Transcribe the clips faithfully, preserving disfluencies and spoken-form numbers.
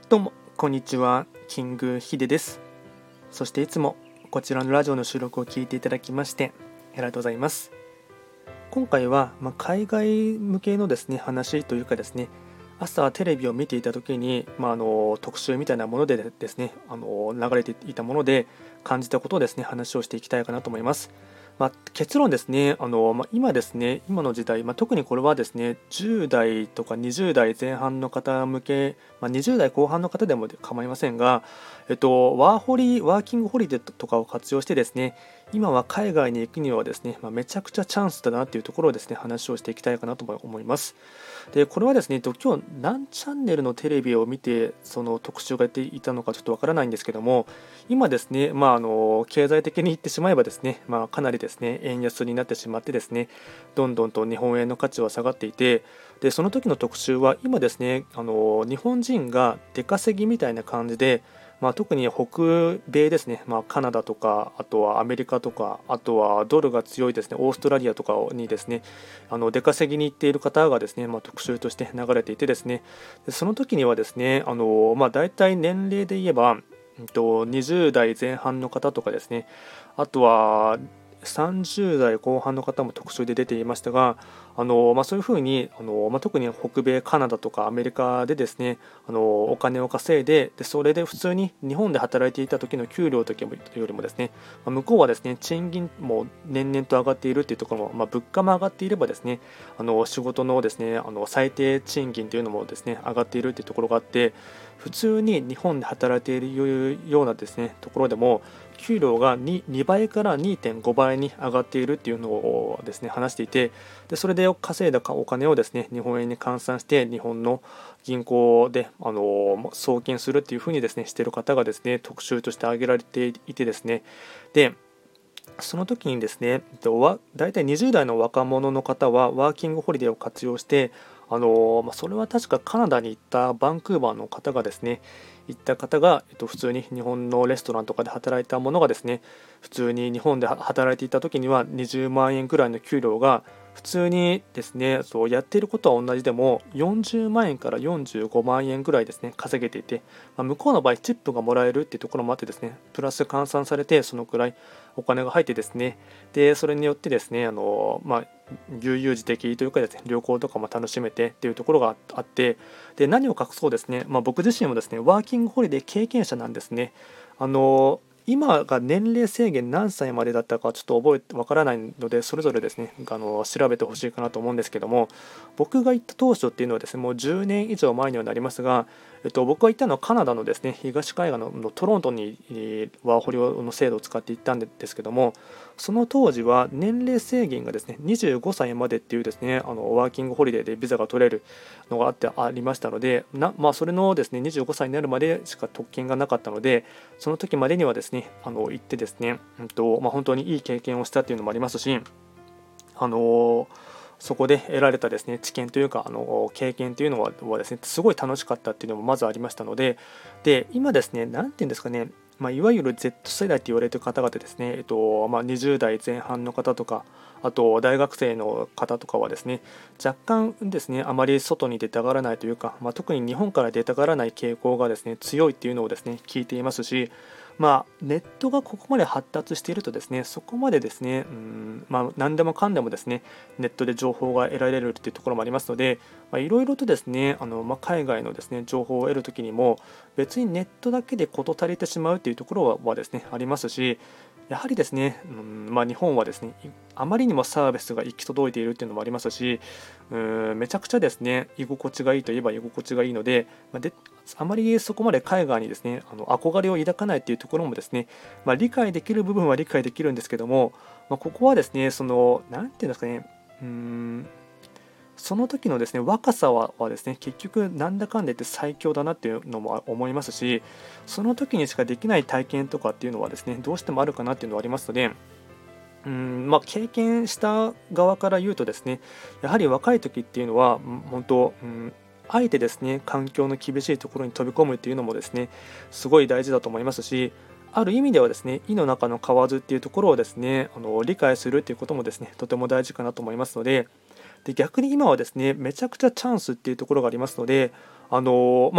どうもこんにちは、キングヒデです。そしていつもこちらのラジオの収録を聞いていただきましてありがとうございます。今回は、まあ、海外向けのですね話というかですね、朝テレビを見ていた時に、まあ、あの特集みたいなものでですねあの流れていたもので感じたことをですね話をしていきたいかなと思います。まあ、結論ですね、あのまあ、今ですね、今の時代、まあ、特にこれはですね、じゅう代とかにじゅう代前半の方向け、まあ、にじゅう代後半の方でも構いませんが、えっと、ワーホリ、ワーキングホリデーとかを活用してですね、今は海外に行くにはですね、まあ、めちゃくちゃチャンスだなというところをですね、話をしていきたいかなと思います。で、これはですね、今日何チャンネルのテレビを見てその特集がやっていたのかちょっとわからないんですけども、今ですね、まあ、あの経済的に言ってしまえばですね、まあ、かなりですね円安になってしまってですね、どんどんと日本円の価値は下がっていて、でその時の特集は今ですね、あの日本人が出稼ぎみたいな感じで、まあ、特に北米ですね、まあ、カナダとか、あとはアメリカとか、あとはドルが強いですね、オーストラリアとかにですね、あの出稼ぎに行っている方がですね、まあ、特集として流れていてですね、でその時にはですね、あのまあ、大体年齢で言えば、にじゅう代前半の方とかですね、あとはさんじゅう代後半の方も特集で出ていましたが、あのまあ、そういうふうにあの、まあ、特に北米、カナダとかアメリカでですね、あのお金を稼いで、でそれで普通に日本で働いていた時の給料とよりもですね、まあ、向こうはですね賃金も年々と上がっているというところも、まあ、物価も上がっていればですね、あの仕事のですねあの最低賃金というのもですね上がっているというところがあって、普通に日本で働いているようなですねところでも給料が 2, 2倍から にてんごばいに上がっているっていうのをですね話していて、でそれで稼いだお金をですね日本円に換算して日本の銀行であの送金するっていうふうにですねしている方がですね特集として挙げられていてですね、でその時にですね、大体にじゅう代の若者の方はワーキングホリデーを活用して、あのそれは確かカナダに行ったバンクーバーの方がですね、行った方が、えっと、普通に日本のレストランとかで働いたものがですね、普通に日本で働いていた時にはにじゅうまんえんくらいの給料が普通にですね、そうやっていることは同じでもよんじゅうまんえんからよんじゅうごまんえんくらいですね稼げていて、まあ、向こうの場合チップがもらえるっていうところもあってですね、プラス換算されてそのくらいお金が入ってですね、でそれによってですね、あのまあ悠々自適というかですね、旅行とかも楽しめてっていうところがあって、で何を隠そうですね、まあ、僕自身もですねワーキングホリデー経験者なんですね。あの今が年齢制限何歳までだったかちょっと覚えてわからないので、それぞれですねあの調べてほしいかなと思うんですけども、僕が行った当初っていうのはですねもうじゅうねん以上前にはなりますが、えっと、僕が行ったのはカナダのですね東海岸のトロントにワーホリの制度を使って行ったんですけども、その当時は年齢制限がですねにじゅうごさいまでっていうですねあのワーキングホリデーでビザが取れるのがあってありましたので、な、まあ、それのですねにじゅうごさいになるまでしか特権がなかったので、その時までにはですねあの行ってですね、うんとまあ、本当にいい経験をしたっていうのもありますし、あのそこで得られたですね知見というかあの経験というのはですねすごい楽しかったっていうのもまずありましたので、で今ですね何て言うんですかね、まあ、いわゆる Z 世代と言われている方々ですね、えっとまあ、にじゅう代前半の方とか、あと大学生の方とかはですね若干ですねあまり外に出たがらないというか、まあ、特に日本から出たがらない傾向がですね強いっていうのをですね聞いていますし、まあ、ネットがここまで発達しているとですねそこまでですね、うんまあ、何でもかんでもですねネットで情報が得られるというところもありますので、いろいろとですねあの、まあ、海外のですね情報を得るときにも別にネットだけで事足りてしまうというところはですねありますし、やはりですね、うんまあ、日本はですねあまりにもサービスが行き届いているというのもありますし、うんめちゃくちゃですね居心地がいいといえば居心地がいいので、まあ、であまりそこまで海外にですねあの憧れを抱かないというところもですね、まあ、理解できる部分は理解できるんですけども、まあ、ここはですねそのなんていうんですかね、うーんその時のですね若さはですね結局なんだかんだ言って最強だなっていうのも思いますし、その時にしかできない体験とかっていうのはですねどうしてもあるかなっていうのはありますので、うんまあ、経験した側から言うとですね、やはり若い時っていうのはうん本当、うん、あえてですね環境の厳しいところに飛び込むっていうのもですねすごい大事だと思いますし、ある意味ではですね意の中の蛙っていうところをですねあの理解するっていうこともですねとても大事かなと思いますので、で逆に今はですねめちゃくちゃチャンスっていうところがありますので、あのまあ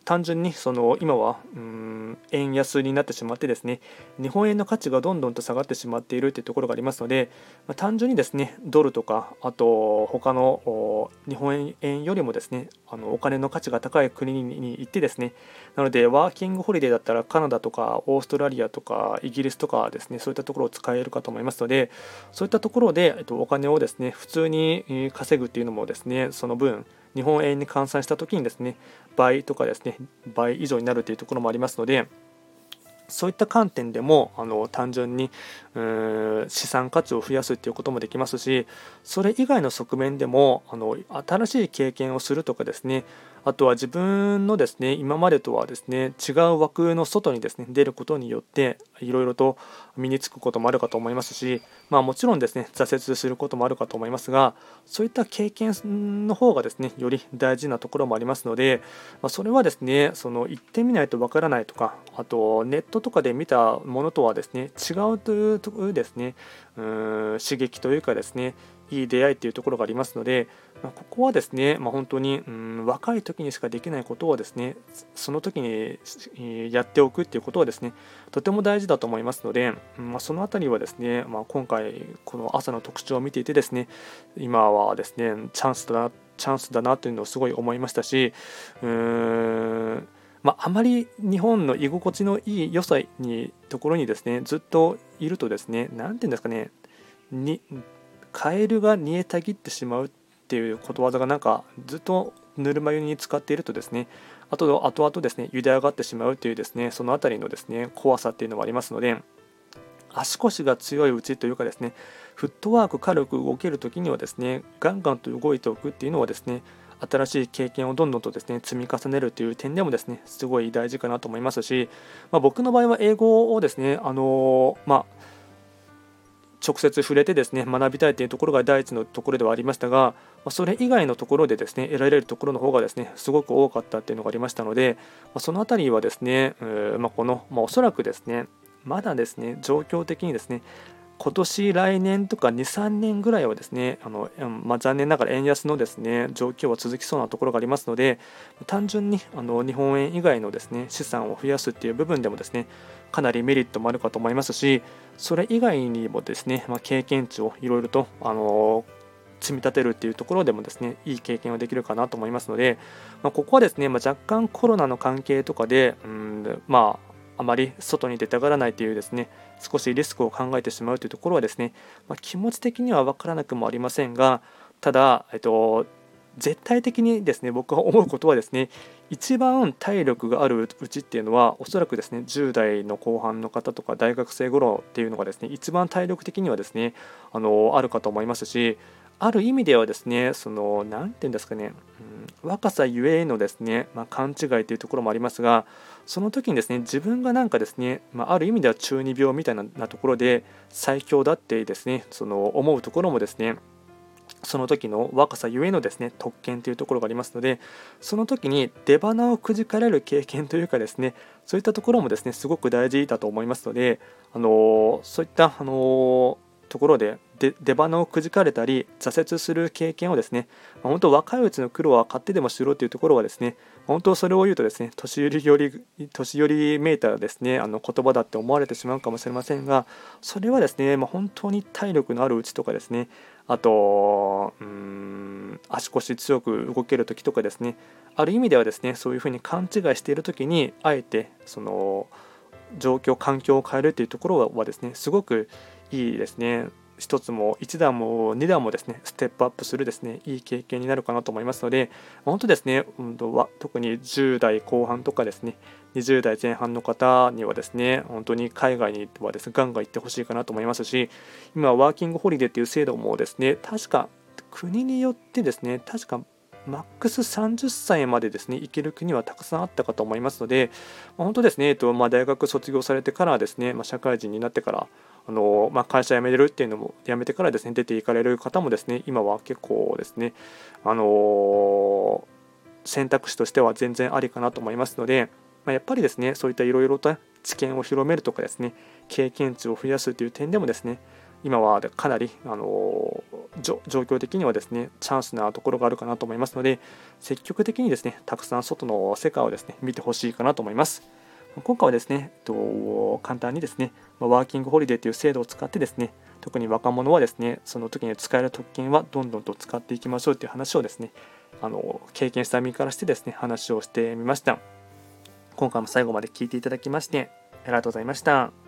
単純にその今はうーん円安になってしまってですね、日本円の価値がどんどんと下がってしまっているというところがありますので、まあ、単純にですねドルとかあと他の日本円よりもですねあのお金の価値が高い国に行ってですね、なのでワーキングホリデーだったらカナダとかオーストラリアとかイギリスとかですね、そういったところを使えるかと思いますので、そういったところで、えっと、お金をですね普通に稼ぐっていうのもですね、その分日本円に換算した時にですね倍とかですね倍以上になるというところもありますので、そういった観点でもあの単純にうーん資産価値を増やすということもできますし、それ以外の側面でもあの新しい経験をするとかですね、あとは自分のですね今までとはですね違う枠の外にですね出ることによっていろいろと身につくこともあるかと思いますし、まあ、もちろんですね挫折することもあるかと思いますが、そういった経験の方がですねより大事なところもありますので、まあ、それはですねその行ってみないとわからないとか、あとネットとかで見たものとはですね違うというですねうーん刺激というかですねいい出会いというところがありますので、まあ、ここはですね、まあ、本当にうん若い時にしかできないことをですねその時にやっておくっていうことはですねとても大事だと思いますので、まあ、そのあたりはですね、まあ、今回この朝の特徴を見ていてですね、今はですねチャンスだなチャンスだなというのをすごい思いましたし、うーんまあ、あまり日本の居心地のいい良さにところにですねずっといるとですね、なんていうんですかね、にカエルが煮えたぎってしまうっていうことわざがなんかずっとぬるま湯に使っているとですね、あと後々ですね茹で上がってしまうというですね、そのあたりのですね怖さっていうのもありますので、足腰が強いうちというかですね、フットワーク軽く動けるときにはですねガンガンと動いておくっていうのはですね、新しい経験をどんどんとですね積み重ねるという点でもですねすごい大事かなと思いますし、まあ、僕の場合は英語をですねあのまあ直接触れてですね学びたいというところが第一のところではありましたが、それ以外のところでですね得られるところの方がですねすごく多かったっていうのがありましたので、そのあたりはですね、まあ、この、まあ、おそらくですねまだですね状況的にですね今年来年とかに、さんねんぐらいはですねあの、まあ、残念ながら円安のですね状況は続きそうなところがありますので、単純にあの日本円以外のですね資産を増やすっていう部分でもですねかなりメリットもあるかと思いますし、それ以外にもですね、まあ、経験値をいろいろとあの積み立てるっていうところでもですねいい経験をできるかなと思いますので、まあ、ここはですね、まあ、若干コロナの関係とかでうんまああまり外に出たがらないというですね少しリスクを考えてしまうというところはですね、まあ、気持ち的には分からなくもありませんが、ただ、えっと、絶対的にですね僕が思うことはですね、一番体力があるうちっていうのはおそらくですねじゅう代の後半の方とか大学生頃っていうのがですね一番体力的にはですねあのあるかと思いますし、ある意味ではですねその何て言うんですかね、うん、若さゆえのですね、まあ、勘違いというところもありますが、その時にですね自分がなんかですね、まあ、ある意味では中二病みたいなところで最強だってですねその思うところもですねその時の若さゆえのですね特権というところがありますので、その時に出花をくじかれる経験というかですね、そういったところもですねすごく大事だと思いますので、あのそういったあのところでで出花をくじかれたり挫折する経験をですね、本当若いうちの苦労は買ってでもしろというところはですね、本当それを言うとですね年寄りより年寄りめいたですねあの言葉だって思われてしまうかもしれませんが、それはですね、まあ、本当に体力のあるうちとかですね、あとうーん足腰強く動ける時とかですね、ある意味ではですねそういうふうに勘違いしている時にあえてその状況環境を変えるというところはですねすごくいいですね、一つも一段も二段もですねステップアップするですねいい経験になるかなと思いますので、本当ですね、運動は特にじゅう代後半とかですねにじゅう代前半の方にはですね本当に海外にはですねガンガン行ってほしいかなと思いますし、今ワーキングホリデーという制度もですね確か国によってですね確かマックスさんじゅっさいまでですね行ける国はたくさんあったかと思いますので、本当ですね、えっとまあ、大学卒業されてからですね、まあ、社会人になってからあの、まあ、会社辞めれるっていうのも辞めてからですね出ていかれる方もですね今は結構ですねあの選択肢としては全然ありかなと思いますので、まあ、やっぱりですねそういったいろいろと知見を広めるとかですね経験値を増やすという点でもですね今はかなり、あの状況的にはですねチャンスなところがあるかなと思いますので、積極的にですねたくさん外の世界をですね見てほしいかなと思います。今回はですね、えっと、簡単にですねワーキングホリデーという制度を使ってですね、特に若者はですねその時に使える特権はどんどんと使っていきましょうという話をですね、あの経験した身からしてですね話をしてみました。今回も最後まで聞いていただきましてありがとうございました。